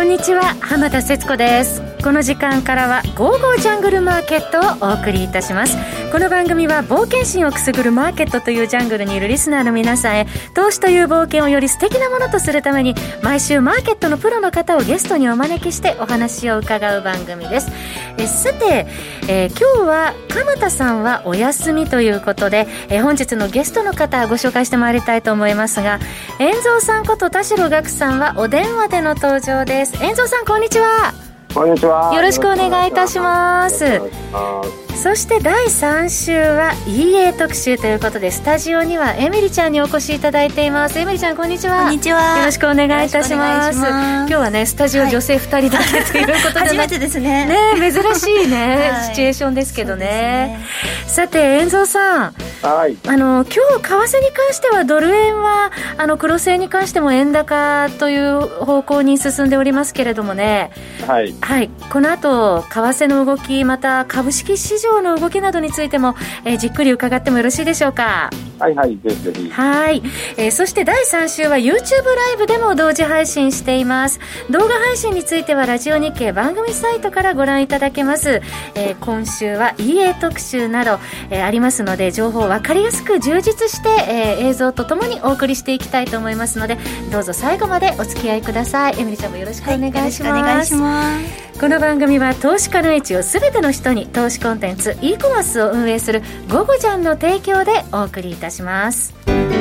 んにちは、浜田節子です。この時間からはゴーゴージャングルマーケットをお送りいたします。この番組は冒険心をくすぐるマーケットというジャングルにいるリスナーの皆さんへ、投資という冒険をより素敵なものとするために、毎週マーケットのプロの方をゲストにお招きしてお話を伺う番組です。さて、今日は鎌田さんはお休みということで、本日のゲストの方ご紹介してまいりたいと思いますが、遠蔵さんこと田代岳さんはお電話での登場です。遠蔵さん、こんにちは。 こんにちは。 よろしくお願いいたします。そして第3週は EA 特集ということで、スタジオにはエミリちゃんにお越しいただいています。エミリちゃん、こんにちは。 こんにちは。 よろしくお願いいたします。今日はね、スタジオ女性2人だけということで、 初めてですね。 珍しいね、シチュエーションですけどね。さて、遠蔵さん、今日為替に関してはドル円は黒線に関しても円高という方向に進んでおりますけれどもね。はい、この後為替の動き、また株式市場の動きなどについても、じっくり伺ってもよろしいでしょうか。 はいはい、ぜひぜひ。 はい、そして第3週は YouTube ライブでも同時配信しています。動画配信についてはラジオ日経番組サイトからご覧いただけます。今週は EA 特集など、ありますので、情報を分かりやすく充実して、映像とともにお送りしていきたいと思いますので、どうぞ最後までお付き合いください。エミリちゃんもよろしくお願いします。 よろしくお願いします。 この番組は投資家の位置をすべての人に、投資コンテンツ e コマースを運営するゴゴジャンの提供でお送りいたします。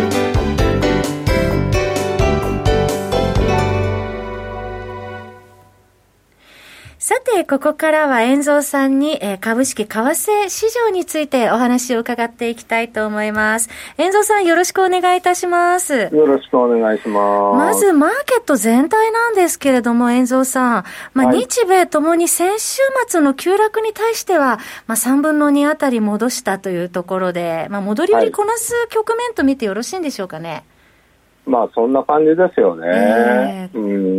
さて、ここからは遠蔵さんに、株式為替市場についてお話を伺っていきたいと思います。遠蔵さん、よろしくお願いいたします。 よろしくお願いします。 まずマーケット全体なんですけれども、遠蔵さん、日米ともに先週末の急落に対しては、3分の2あたり戻したというところで、戻り売りこなす局面と見てよろしいんでしょうかね。 そんな感じですよね。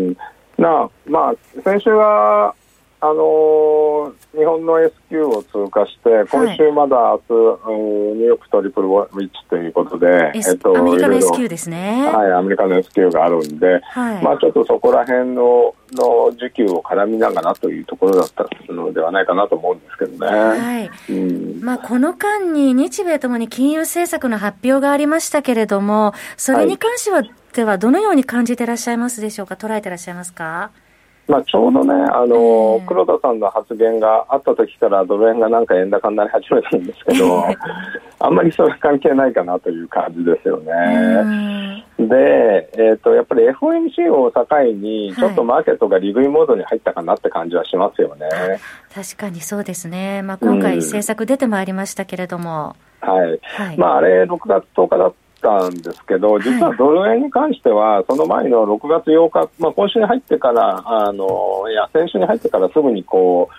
先週は日本の S q を通過して、今週まだ明日、ニューヨークトリプルウィッチということで、 アメリカの S q ですね。 はい、アメリカの S q があるんで、ちょっとそこら辺の需給を絡みながらというところだったのではないかなと思うんですけどね。 この間に日米ともに金融政策の発表がありましたけれども、それに関してはどのように感じていらっしゃいますでしょうか。捉えていらっしゃいますか。 ちょうどね、黒田さんの発言があった時からドル円がなんか円高になり始めたんですけどあんまりそれは関係ないかなという感じですよね。で、やっぱり FOMC を境にちょっとマーケットが利食いモードに入ったかなって感じはしますよね。 確かにそうですね。今回政策出てまいりましたけれども、あれ 6月10日だったんですけど、実はドル円に関してはその前の6月8日、今週に入ってから先週に入ってからすぐに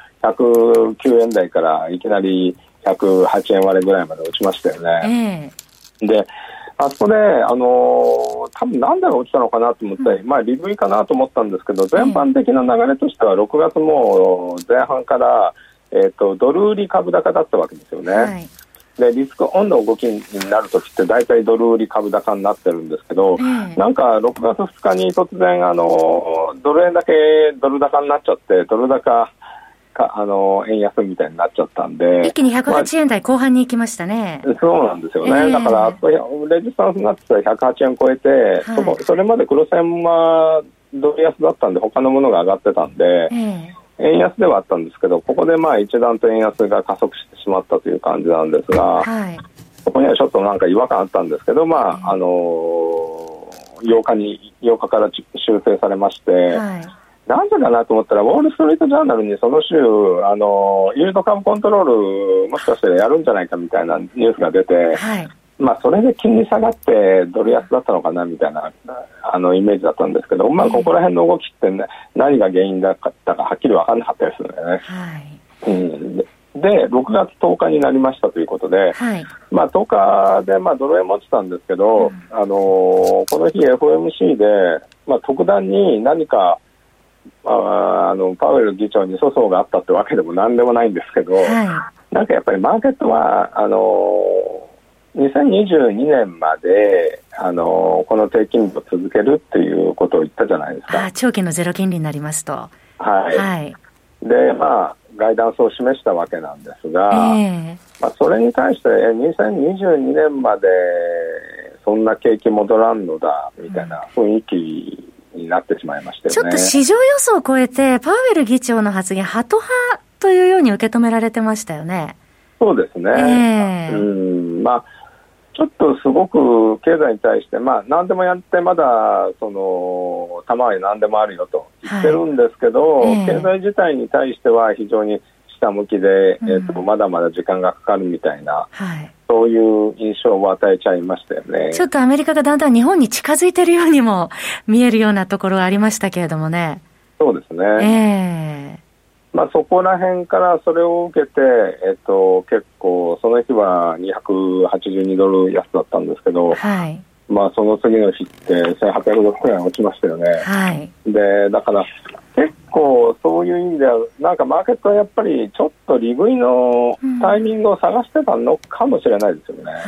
109円台からいきなり108円割れぐらいまで落ちましたよね。で、あそこで多分なんで落ちたのかなと思って、利食いかなと思ったんですけど、全般的な流れとしては6月も前半から、ドル売り株高だったわけですよね。でリスクオンの動きになるときって大体ドル売り株高になってるんですけど、なんか6月2日に突然ドル円だけドル高になっちゃって、ドル高円安みたいになっちゃったんで、 一気に108円台後半に行きましたね。 そうなんですよね。だからレジスタンスになってたら108円超えて、それまで黒線はドル安だったんで他のものが上がってたんで、円安ではあったんですけど、ここで一段と円安が加速してしまったという感じなんですが、そこにはちょっとなんか違和感あったんですけど、8日から修正されまして、なんでかなと思ったら、ウォールストリートジャーナルにその週イールドカーブコントロールもしかしたらやるんじゃないかみたいなニュースが出て、それで金利下がってドル安だったのかなみたいなイメージだったんですけど、ここら辺の動きって、何が原因だったかはっきり分からなかったですよね。で6月10日になりましたということで、10日でドル円持ってたんですけど、この日 FOMC で、特段に何かパウエル議長に粗相があったってわけでも何でもないんですけど、なんかやっぱりマーケットは2022年までこの低金利を続けるっていうことを言ったじゃないですか。 長期のゼロ金利になりますと。 はい。はい、で、ガイダンスを示したわけなんですが、それに対して2022年までそんな景気戻らんのだみたいな雰囲気になってしまいましたよね。 ちょっと市場予想を超えてパウエル議長の発言ハト派というように受け止められてましたよね。 そうですね。ちょっとすごく経済に対して何でもやってまだその玉は何でもあるよと言ってるんですけど、経済自体に対しては非常に下向きで、まだまだ時間がかかるみたいな、そういう印象を与えちゃいましたよね。 ちょっとアメリカがだんだん日本に近づいているようにも見えるようなところはありましたけれどもね。 そうですね。そこら辺からそれを受けて、結構その日は282ドル安だったんですけど、その次の日って1800ドルくらい落ちましたよね。で、だから結構そういう意味ではなんかマーケットはやっぱりちょっと利食いのタイミングを探してたのかもしれないですよね。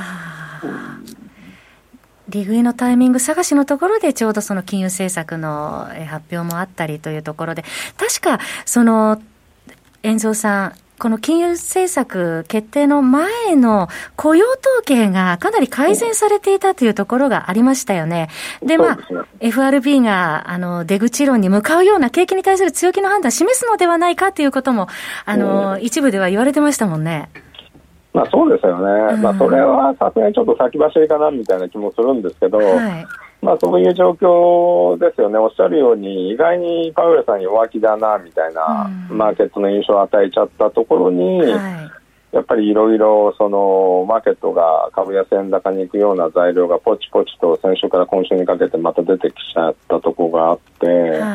利食いのタイミング探しのところでちょうどその金融政策の発表もあったりというところで、確かその遠蔵さん、この金融政策決定の前の雇用統計がかなり改善されていたというところがありましたよね。で、FRB が出口論に向かうような景気に対する強気の判断を示すのではないかということも一部では言われてましたもんね。 そうですよね。それはさすがにちょっと先走りかなみたいな気もするんですけど、そういう状況ですよね。おっしゃるように意外にパウエルさん弱気だなみたいなマーケットの印象を与えちゃったところに、やっぱりいろいろそのマーケットが株安円高に行くような材料がポチポチと先週から今週にかけてまた出てきちゃったところがあって、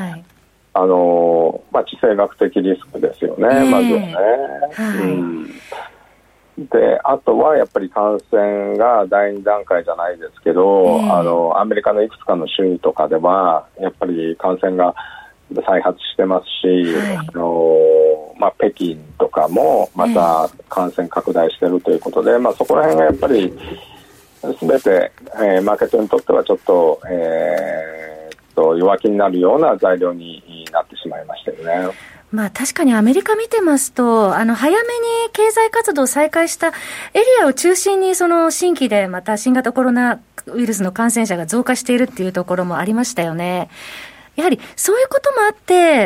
地政学的リスクですよね、まずはね。で、あとはやっぱり感染が第2段階じゃないですけど、アメリカのいくつかの州とかではやっぱり感染が再発してますし、北京とかもまた感染拡大しているということで、そこら辺がやっぱり全て、マーケットにとってはちょっと、弱気になるような材料になってしまいましたよね。 確かにアメリカ見てますと、早めに経済活動を再開したエリアを中心に、その新規でまた新型コロナウイルスの感染者が増加しているっていうところもありましたよね。やはりそういうこともあって、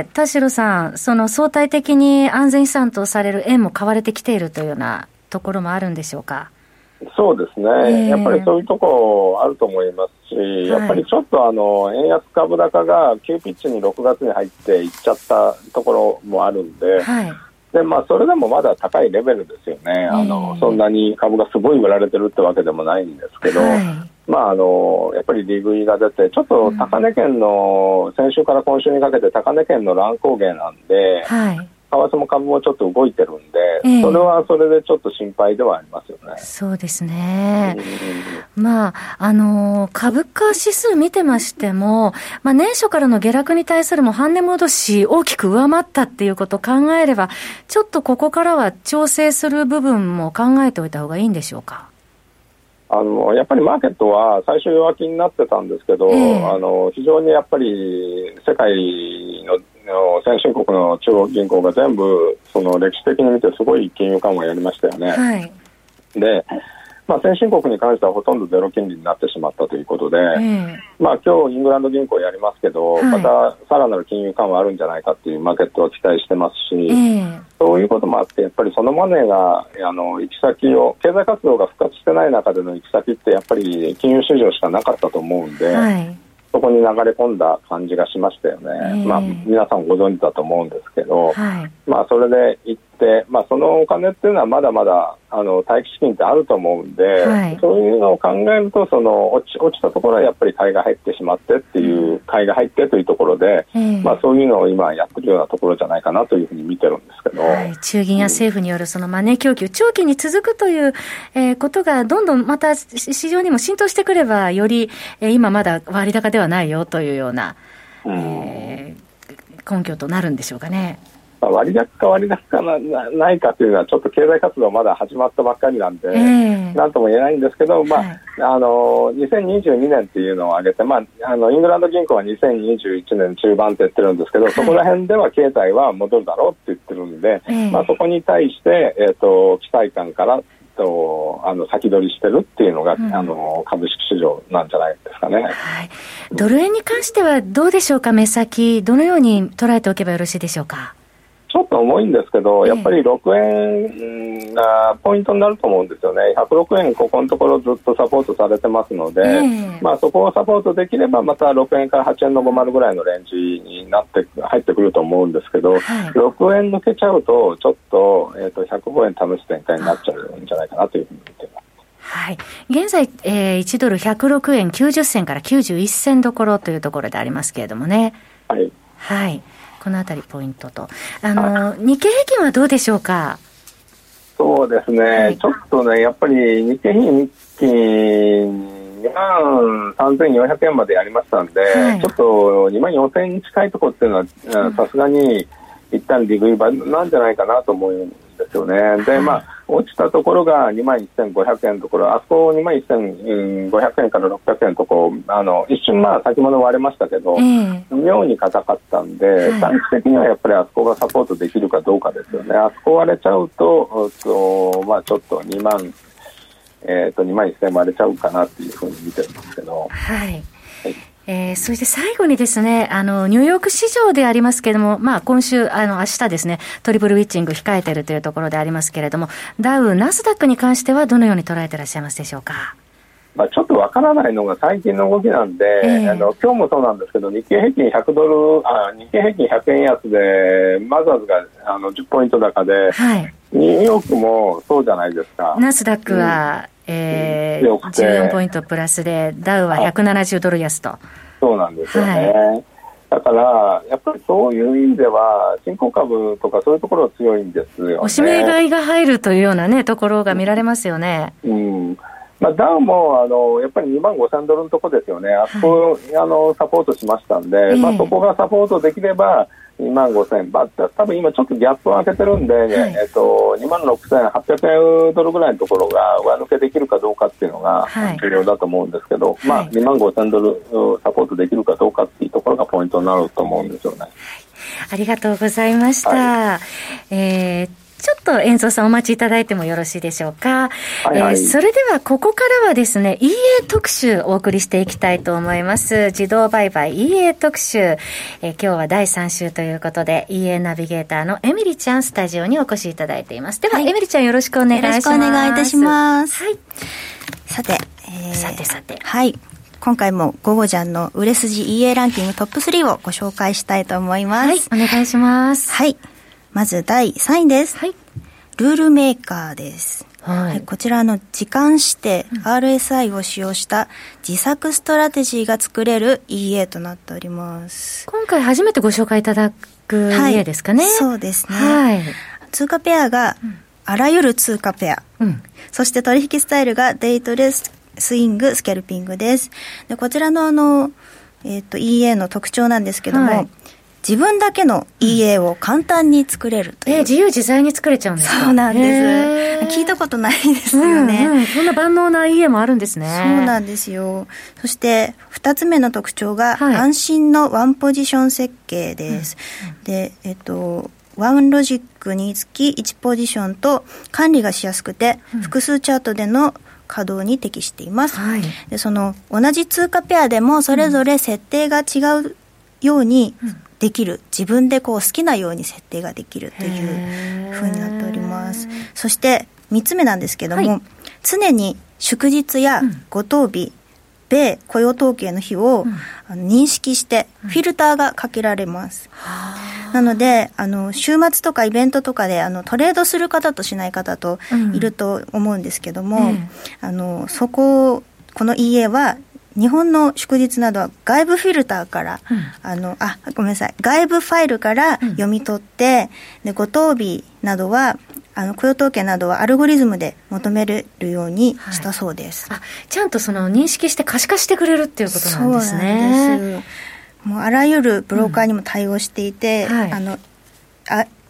田代さん、その相対的に安全資産とされる円も買われてきているというようなところもあるんでしょうか。 そうですね、やっぱりそういうところあると思いますし、やっぱりちょっと円安株高が急ピッチに6月に入っていっちゃったところもあるんで、でそれでもまだ高いレベルですよね。そんなに株がすごい売られてるってわけでもないんですけど、やっぱり利食いが出て、ちょっと高値圏の、先週から今週にかけて高値圏の乱高下なんで、為替も株もちょっと動いてるんで、それはそれでちょっと心配ではありますよね。 そうですね。株価指数見てましても、年初からの下落に対するも半値戻し大きく上回ったっていうことを考えれば、ちょっとここからは調整する部分も考えておいた方がいいんでしょうか。 やっぱりマーケットは最初弱気になってたんですけど、非常にやっぱり世界の先進国の中央銀行が全部その歴史的に見てすごい金融緩和をやりましたよね。で、先進国に関してはほとんどゼロ金利になってしまったということで、今日イングランド銀行やりますけど、またさらなる金融緩和あるんじゃないかっていうマーケットは期待してますし、そういうこともあってやっぱりそのマネーが行き先を、経済活動が復活してない中での行き先ってやっぱり金融市場しかなかったと思うんで、そこに流れ込んだ感じがしましたよね。皆さんご存知だと思うんですけど、それで行って、そのお金っていうのはまだまだ待機資金ってあると思うんで、そういうのを考えると、その落ちたところはやっぱり買いが入ってしまってっていう、買いが入ってというところで、そういうのを今やってるようなところじゃないかなというふうに見てるんですけど、 中銀や政府によるそのマネー供給、長期に続くという、ことがどんどんまた市場にも浸透してくれば、より、今まだ割高ではないよというような、根拠となるんでしょうかね。 割高か割高ないかというのはちょっと経済活動まだ始まったばっかりなんで、なんとも言えないんですけど、2022年っていうのを挙げて、イングランド銀行は2021年中盤って言ってるんですけど、そこら辺では経済は戻るだろうって言ってるんで、そこに対して、期待感から先取りしてるっていうのが、株式市場なんじゃないですかね。 ドル円に関してはどうでしょうか、目先どのように捉えておけばよろしいでしょうか。 ちょっと重いんですけど、やっぱり6円がポイントになると思うんですよね。106円ここのところずっとサポートされてますので、そこをサポートできればまた6円から8円の50ぐらいのレンジに入ってくると思うんですけど、6円抜けちゃうとちょっと、105円試す展開になっちゃうんじゃないかなというふうに見ています。 現在、1ドル106円90銭から91銭どころというところでありますけれどもね。このあたりポイントと、日経平均はどうでしょうか。 そうですね、ちょっとね、やっぱり日経平均23,400円までやりましたんで、ちょっと24,000円に近いところっていうのはさすがに一旦利食い場なんじゃないかなと思うんですよね。で、落ちたところが21,500円のところ、あそこ21,500円から600円のところ、一瞬先物割れましたけど、妙に硬かったんで、短期的にはやっぱりあそこがサポートできるかどうかですよね。あそこ割れちゃうと、ちょっと2万1000円割れちゃうかなっていうふうに見てるんですけど。 そして最後にですね、ニューヨーク市場でありますけれども、今週、明日ですね、トリプルウィッチング控えているというところでありますけれども、ダウ、ナスダックに関してはどのように捉えていらっしゃいますでしょうか。 ちょっとわからないのが最近の動きなんで、今日もそうなんですけど、日経平均100円安で、マザーズが10ポイント高で、ニューヨークもそうじゃないですか。 ナスダックは、14ポイントプラスで、ダウは170ドル安と。 そうなんですよね。だからやっぱりそういう意味では新興株とかそういうところは強いんですよね。 おしめ買いが入るというようなねところが見られますよね。 ダウもやっぱり25,000ドルのところですよね。あそこサポートしましたんで、そこがサポートできれば25,000、多分今ちょっとギャップを開けてるんで、26,800 ドルぐらいのところが上抜けできるかどうかっていうのが重要だと思うんですけど、25,000 ドルサポートできるかどうかっていうところがポイントになると思うんですよね。 ありがとうございました。ちょっと遠藤さんお待ちいただいてもよろしいでしょうか。それではここからはですね EA 特集お送りしていきたいと思います。自動売買 EA 特集、今日は第3週ということで EA ナビゲーターのエミリちゃんスタジオにお越しいただいています。では、エミリちゃんよろしくお願いします。 よろしくお願いいたします。さて、今回もゴゴジャンの売れ筋 EA ランキングトップ3をご紹介したいと思います。 お願いします。 まず第3位です。ルールメーカーです。こちら時間指定 RSI を使用した自作ストラテジーが作れる EA となっております。 今回初めてご紹介いただく EA ですかね。 そうですね。通貨ペアがあらゆる通貨ペア、そして取引スタイルがデイトレスイングスキャルピングです。でこちらのEA の特徴なんですけども、自分だけの EA を簡単に作れるという、 自由自在に作れちゃうんですか。 そうなんです。聞いたことないですよね。 そんな万能な EA もあるんですね。 そうなんですよ。そして2つ目の特徴が、安心のワンポジション設計です。で、ワンロジックにつき1ポジションと管理がしやすくて、複数チャートでの稼働に適しています。で同じ通貨ペアでもそれぞれ設定が違うようにできる、自分で好きなように設定ができるという風になっております。そして3つ目なんですけども、常に祝日や五等日、米雇用統計の日を認識してフィルターがかけられます。なので週末とかイベントとかでトレードする方としない方といると思うんですけども、この EA は日本の祝日などは外部フィルターから、外部ファイルから読み取って、で五等日などは雇用統計などはアルゴリズムで求めれるようにしたそうです。 ちゃんと認識して可視化してくれるっていうことなんですね。 そうなんです。もうあらゆるブローカーにも対応していて、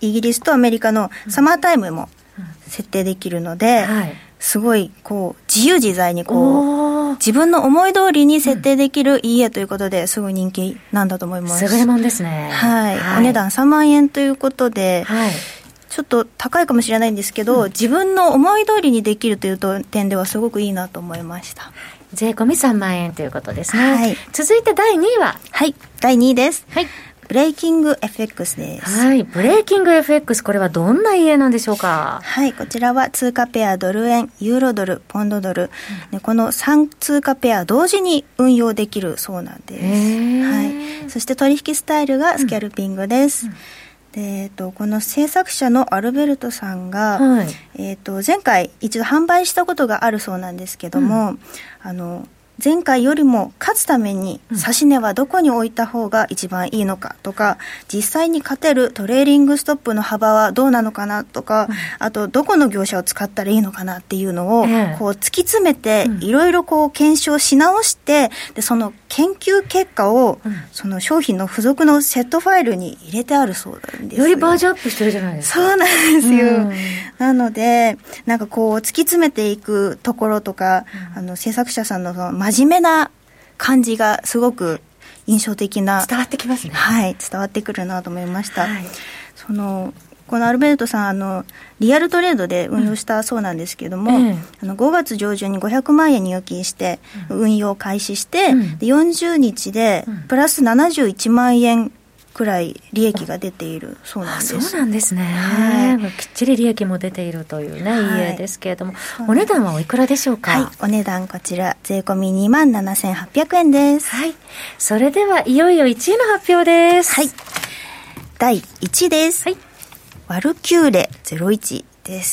イギリスとアメリカのサマータイムも設定できるので、すごいこう自由自在にこう自分の思い通りに設定できるEAということで、すごい人気なんだと思います。 優れもんですね。 はい、お値段3万円ということで、ちょっと高いかもしれないんですけど、自分の思い通りにできるという点ではすごくいいなと思いました。 税込み3万円ということですね。続いて第2位は、 第2位です。ブレイキング FX です。 ブレイキング FX、 これはどんな家なんでしょうか。 こちらは通貨ペアドル円、ユーロドル、ポンドドル、この3通貨ペア同時に運用できるそうなんです。そして取引スタイルがスキャルピングです。でこの制作者のアルベルトさんが、前回一度販売したことがあるそうなんですけども、前回よりも勝つために指値はどこに置いた方が一番いいのかとか、実際に勝てるトレーリングストップの幅はどうなのかなとか、あとどこの業者を使ったらいいのかなっていうのをこう突き詰めていろいろこう検証し直して、でその研究結果をその商品の付属のセットファイルに入れてあるそうなんですよ。 よりバージョンアップしてるじゃないですか。 そうなんですよ。なのでなんかこう突き詰めていくところとか、制作者さんのその真面目な感じがすごく印象的な、 伝わってきますね。 伝わってくるなと思いました。このアルベルトさんリアルトレードで運用したそうなんですけども、5月上旬に500万円入金して運用開始して、で40日でプラス71万円くらい利益が出ているそうなんです。 そうなんですね。きっちり利益も出ているというね、家ですけれども、お値段はおいくらでしょうか。 お値段こちら税込み 27,800 円です。 それではいよいよ1位の発表です。 第1位です。ワルキューレ01です。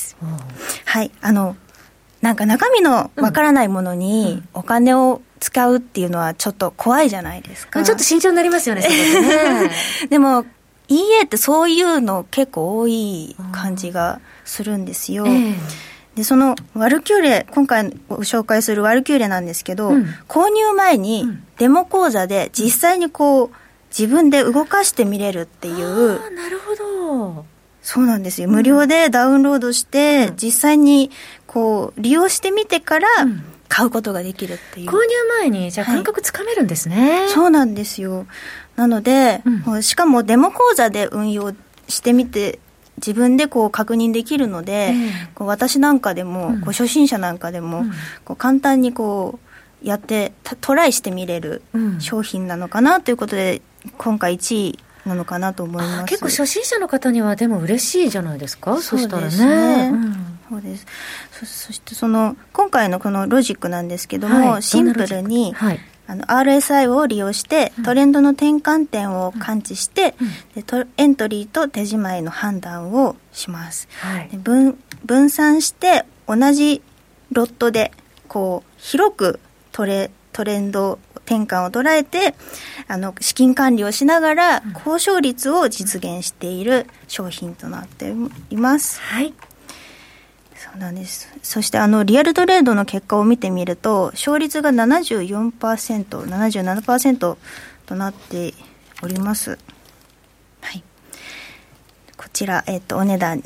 なんか中身のわからないものにお金を使うっていうのはちょっと怖いじゃないですか。 ちょっと慎重になりますよね、そこでね。 でも EA ってそういうの結構多い感じがするんですよ。でそのワルキューレ、今回ご紹介するワルキューレなんですけど、購入前にデモ講座で実際にこう自分で動かしてみれるっていう。 なるほど。 そうなんですよ。無料でダウンロードして、実際にこう利用してみてから買うことができるっていう。 購入前にじゃあ感覚つかめるんですね。 そうなんですよ。なので、しかもデモ講座で運用してみて自分でこう確認できるので、こう私なんかでも、こう初心者なんかでも、こう簡単にこうやってトライしてみれる商品なのかなということで、今回1位なのかなと思います。 結構初心者の方にはでも嬉しいじゃないですか。そしたらね。 そうです。そして今回のこのロジックなんですけども、シンプルに、RSI を利用してトレンドの転換点を感知して、でエントリーと手仕舞いの判断をします。で分散して同じロットでこう広くトレンド転換を捉えて資金管理をしながら高勝率を実現している商品となっています。そうなんです。そしてリアルトレードの結果を見てみると勝率が 74%、77% となっております。こちら、お値段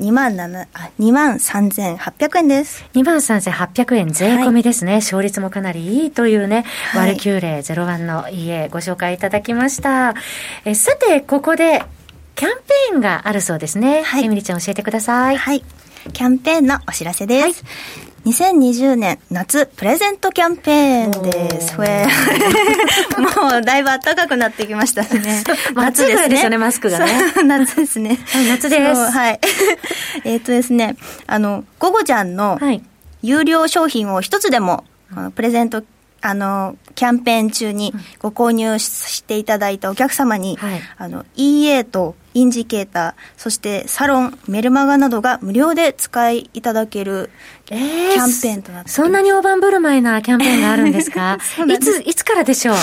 23,800 円です。 23,800 円税込みですね。勝率もかなりいいというね、ワルキューレ01の家ご紹介いただきました。さて、ここでキャンペーンがあるそうですね。エミリちゃん教えてください。 キャンペーンのお知らせです。2020年夏プレゼントキャンペーンです。もうだいぶ暖かくなってきましたね。 夏ですね。ですよね、マスクがね。 夏ですね。 夏です。 ですね、ゴゴちゃんの有料商品を一つでもこのプレゼントキャンペーン中にご購入していただいたお客様に、EA とインジケーター、そしてサロン、メルマガなどが無料で使いいただけるキャンペーンとなっています。 そんなに大盤振る舞いなキャンペーンがあるんですか？いつからでしょう？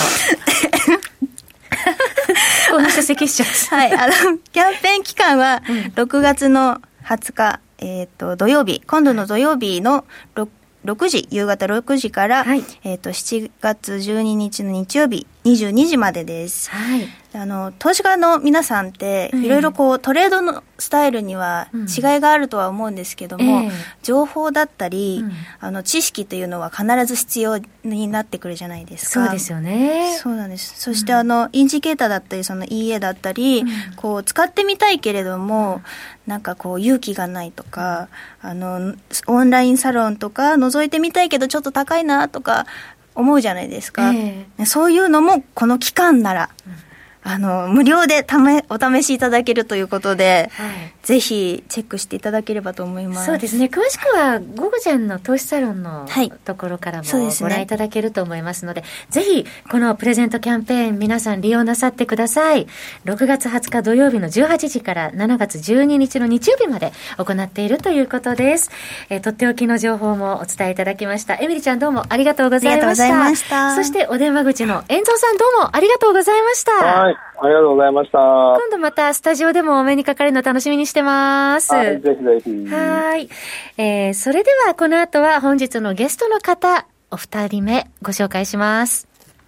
この書籍しちゃう。 キャンペーン期間は6月の20日、土曜日、今度の土曜日の夕方6時から、7月12日の日曜日 22時までです。 はい。 投資家の皆さんっていろいろこうトレードのスタイルには違いがあるとは思うんですけども、情報だったり、知識というのは必ず必要になってくるじゃないですか。 そうですよね。 そうなんです。そしてインジケーターだったりその EA だったり、こう使ってみたいけれどもなんかこう勇気がないとか、オンラインサロンとか覗いてみたいけどちょっと高いなとか思うじゃないですか。そういうのもこの期間なら無料でお試しいただけるということで、ぜひチェックしていただければと思います。 そうですね。詳しくはゴゴジャンの投資サロンのところからもご覧いただけると思いますので、ぜひこのプレゼントキャンペーン皆さん利用なさってください。6月20日土曜日の18時から7月12日の日曜日まで行っているということです。とっておきの情報もお伝えいただきました。エミリちゃんどうもありがとうございました。そしてお電話口の遠藤さんどうもありがとうございました。 はい、ありがとうございました。 今度またスタジオでもお目にかかるの楽しみにしてます。 はい、ぜひぜひ。 はい。それではこの後は本日のゲストの方、お二人目ご紹介します。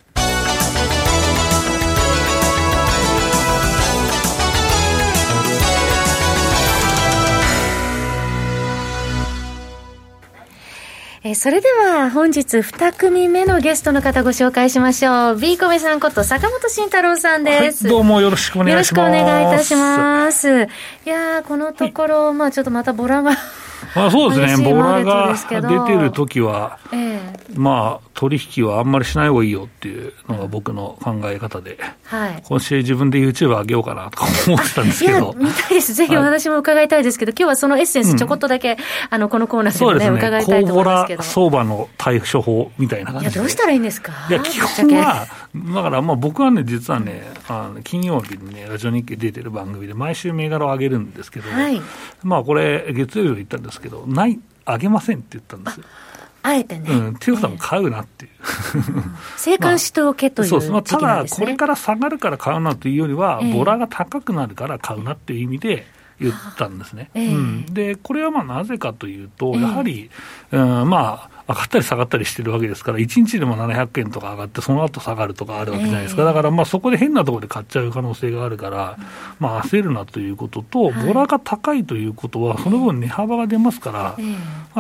それでは本日2組目のゲストの方ご紹介しましょう。B コメさんこと坂本慎太郎さんです。 はい、どうもよろしくお願いします。 よろしくお願いいたします。いやー、このところ、ちょっとまたボラがそうですね、ボラが出てるときは、取引はあんまりしない方がいいよっていうのが僕の考え方で、今週自分で YouTube 上げようかなとか思ってたんですけど。いや、 見たいです。ぜひお話も伺いたいですけど、今日はそのエッセンスちょこっとだけ、このコーナーでもね、伺いたいと思いますけど。 高ボラ相場の対処法みたいな感じで。 いや、どうしたらいいんですか？ いや、基本は、だから僕はね、実はね、金曜日にね、ラジオ日経出てる番組で毎週銘柄を上げるんですけど、これ、月曜日言ったんですけど、上げませんって言ったんですよ。 あえてね。 っていうことは買うなっていう。 静観しておけという時期なんですね。 ただ、これから下がるから買うなというよりは、ボラが高くなるから買うなっていう意味で言ったんですね。で、これはなぜかというと、やはり、上がったり下がったりしてるわけですから、1日でも700円とか上がって、その後下がるとかあるわけじゃないですか。だからそこで変なところで買っちゃう可能性があるから、焦るなということと、ボラが高いということは、その分値幅が出ますから、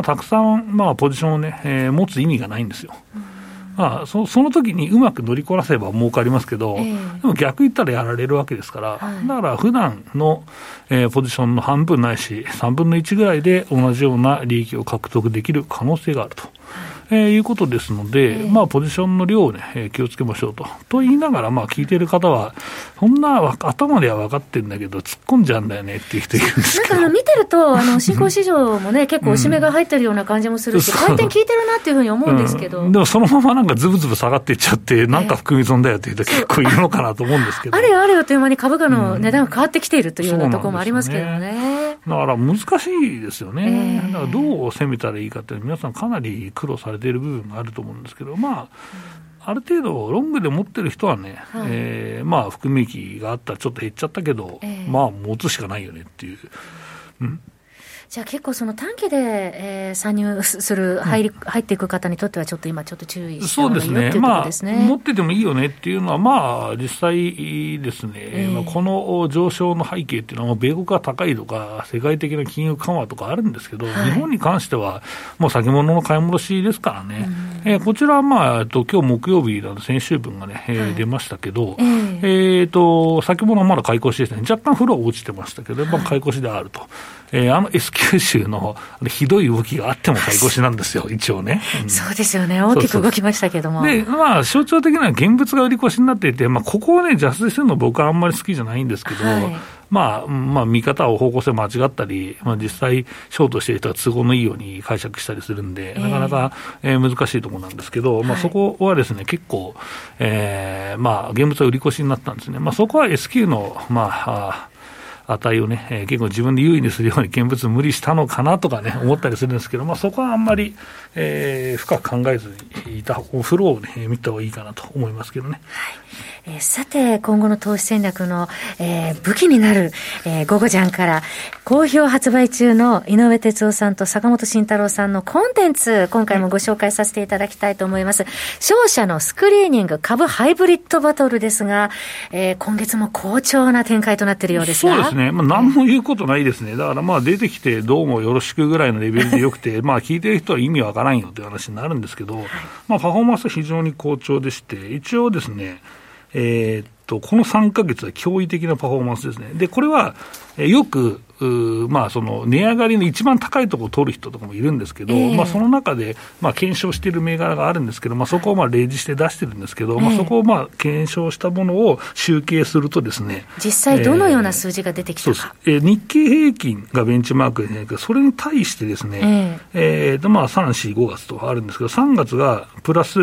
たくさんポジションをね、持つ意味がないんですよ。その時にうまく乗りこなせば儲かりますけど、でも逆言ったらやられるわけですから、だから普段の、ポジションの半分ないし3分の1ぐらいで同じような利益を獲得できる可能性があると、いうことですので、ポジションの量をね、気をつけましょうと言いながら、聞いてる方はそんな頭では分かってるんだけど突っ込んじゃうんだよねっていう人いるんですけど、 なんか見てると新興市場もね結構おしめが入ってるような感じもするし、回転効いてるなっていうふうに思うんですけど、 でもそのままなんかズブズブ下がっていっちゃってなんか含み損だよっていう人結構いるのかなと思うんですけど、 あれよあれよという間に株価の値段が変わってきているというようなところもありますけどね。 だから難しいですよね。だからどう攻めたらいいかって皆さんかなり苦労されている部分があると思うんですけど、ある程度ロングで持ってる人はね、含み益があったらちょっと減っちゃったけど、持つしかないよねっていう。 じゃあ結構その短期で、参入する、入っていく方にとってはちょっと今ちょっと注意した方がいいよっていうところですね。 持っててもいいよねっていうのは実際ですね、この上昇の背景っていうのは米国が高いとか世界的な金融緩和とかあるんですけど、日本に関してはもう先物の買い戻しですからね、こちらは今日木曜日の先週分がね、出ましたけど、先物はまだ買い越しですね。若干フロー落ちてましたけど、買い越しであると。S q 州のひどい動きがあっても買い越しなんですよ、一応ね。 そうですよね。大きく動きましたけども。 で、象徴的な現物が売り越しになっていて、ここをね、ジャスティスするの僕はあんまり好きじゃないんですけど、見方を方向性間違ったり、実際ショートしている人は都合のいいように解釈したりするんで、なかなか、難しいところなんですけど、そこはですね、結構、現物は売り越しになったんですね。そこは S q の、値をね、結構自分で優位にするように現物無理したのかなとかね、思ったりするんですけど、そこはあんまり、深く考えずにいたフローをね、見た方がいいかなと思いますけどね。 さて今後の投資戦略の、武器になる、ゴゴジャンから好評発売中の井上哲夫さんと坂本慎太郎さんのコンテンツ、今回もご紹介させていただきたいと思います。商社のスクリーニング株ハイブリッドバトルですが、今月も好調な展開となっているようですが。 そうですね、何も言うことないですね。だから出てきてどうもよろしくぐらいのレベルでよくて聞いてる人は意味わからんよという話になるんですけど、パフォーマンスは非常に好調でして、一応ですね、この3ヶ月は驚異的なパフォーマンスですね。でこれはよくその値上がりの一番高いところを取る人とかもいるんですけど、その中で検証している銘柄があるんですけど、そこを例示して出してるんですけど、そこを検証したものを集計するとですね、 実際どのような数字が出てきたか、 そうです。日経平均がベンチマークで、それに対してですね、3、4、5月とあるんですけど、3月がプラス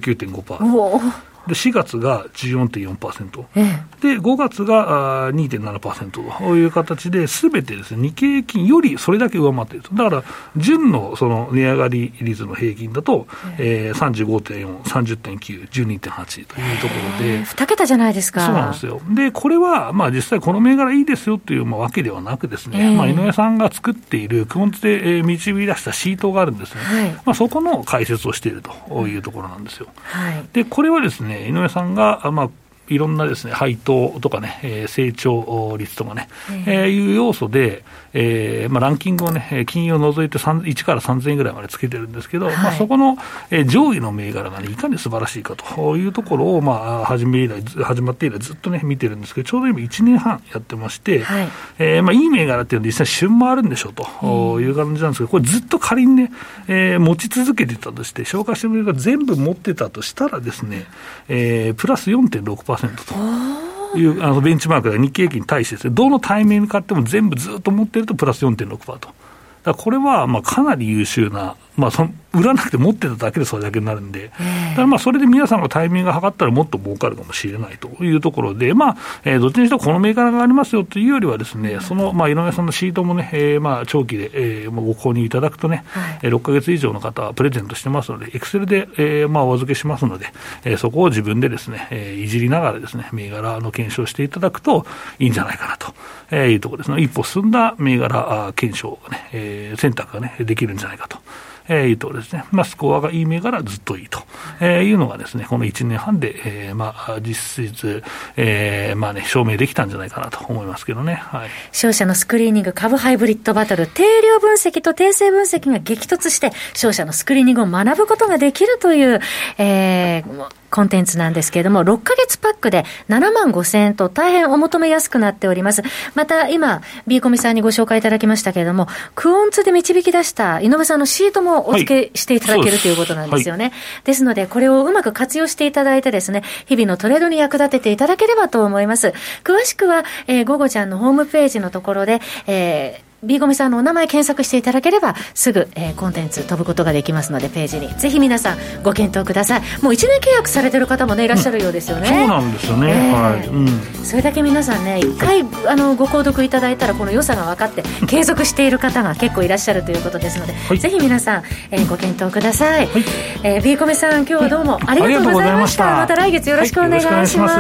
19.5%。で4月が 14.4%、で5月が 2.7% という形で、すべてですね、日経平均よりそれだけ上回っていると。だから純のその値上がり率の平均だと、35.4、30.9、12.8 というところで、 2桁じゃないですか。 そうなんですよ。でこれは実際この銘柄いいですよというわけではなくですね、井上さんが作っているクオンツで導き出したシートがあるんですね、そこの解説をしているというところなんですよ。でこれはですね、井上さんがいろんなですね、配当とかね、成長率とかね、いう要素で、ランキングをね、金曜を除いて1から3000円ぐらいまでつけてるんですけど、そこの、上位の銘柄がね、いかに素晴らしいかというところを、始まって以来ずっとね、見てるんですけど、ちょうど今1年半やってまして、いい銘柄っていうのは実際旬もあるんでしょうという感じなんですけど、これずっと仮にね、持ち続けてたとして、紹介してる銘柄全部持ってたとしたらですね、プラス 4.6%というベンチマークが日経平均に対してですね、どの対面に買っても全部ずっと持ってるとプラス 4.6% と。だからこれはかなり優秀な、売らなくて持ってただけでそれだけになるんで、だからそれで皆さんがタイミングが測ったらもっと儲かるかもしれないというところで、どっちにしてもこの銘柄がありますよというよりはですね、その井上さんのシートもね、長期で、ご購入いただくとね、6ヶ月以上の方はプレゼントしてますので、エクセルで、お預けしますので、そこを自分でですね、いじりながらですね、銘柄の検証していただくといいんじゃないかなというところですね。一歩進んだ銘柄検証がね、選択がね、できるんじゃないかと。いうところですね。スコアがいい銘柄ずっといいと、いうのがですね、この1年半で、実質、証明できたんじゃないかなと思いますけどね。 商社のスクリーニング株ハイブリッドバトル、定量分析と定性分析が激突して、商社のスクリーニングを学ぶことができるという、コンテンツなんですけれども、6ヶ月パックで75,000円と大変お求めやすくなっております。また今 B コミさんにご紹介いただきましたけれども、クオンツで導き出した井上さんのシートもお付けしていただけるということなんですよね。ですのでこれをうまく活用していただいてですね、日々のトレードに役立てていただければと思います。詳しくは、ゴゴちゃんのホームページのところで、B コミさんのお名前検索していただければすぐ、コンテンツ飛ぶことができますので、ページにぜひ皆さんご検討ください。もう1年契約されてる方もねいらっしゃるようですよね。 そうなんですよね、 それだけ皆さんね、1回ご購読いただいたらこの良さが分かって継続している方が結構いらっしゃるということですので、ぜひ皆さん、ご検討ください。B コミさん、今日はどうもありがとうございました。また来月よろしくお願いします。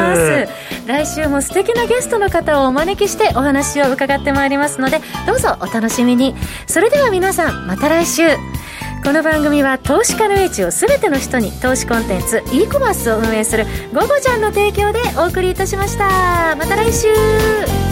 来週も素敵なゲストの方をお招きしてお話を伺ってまいりますので、どうぞお楽しみに。それでは皆さん、また来週。この番組は投資家の英知をすべての人に、投資コンテンツ e コマースを運営するゴゴちゃんの提供でお送りいたしました。また来週。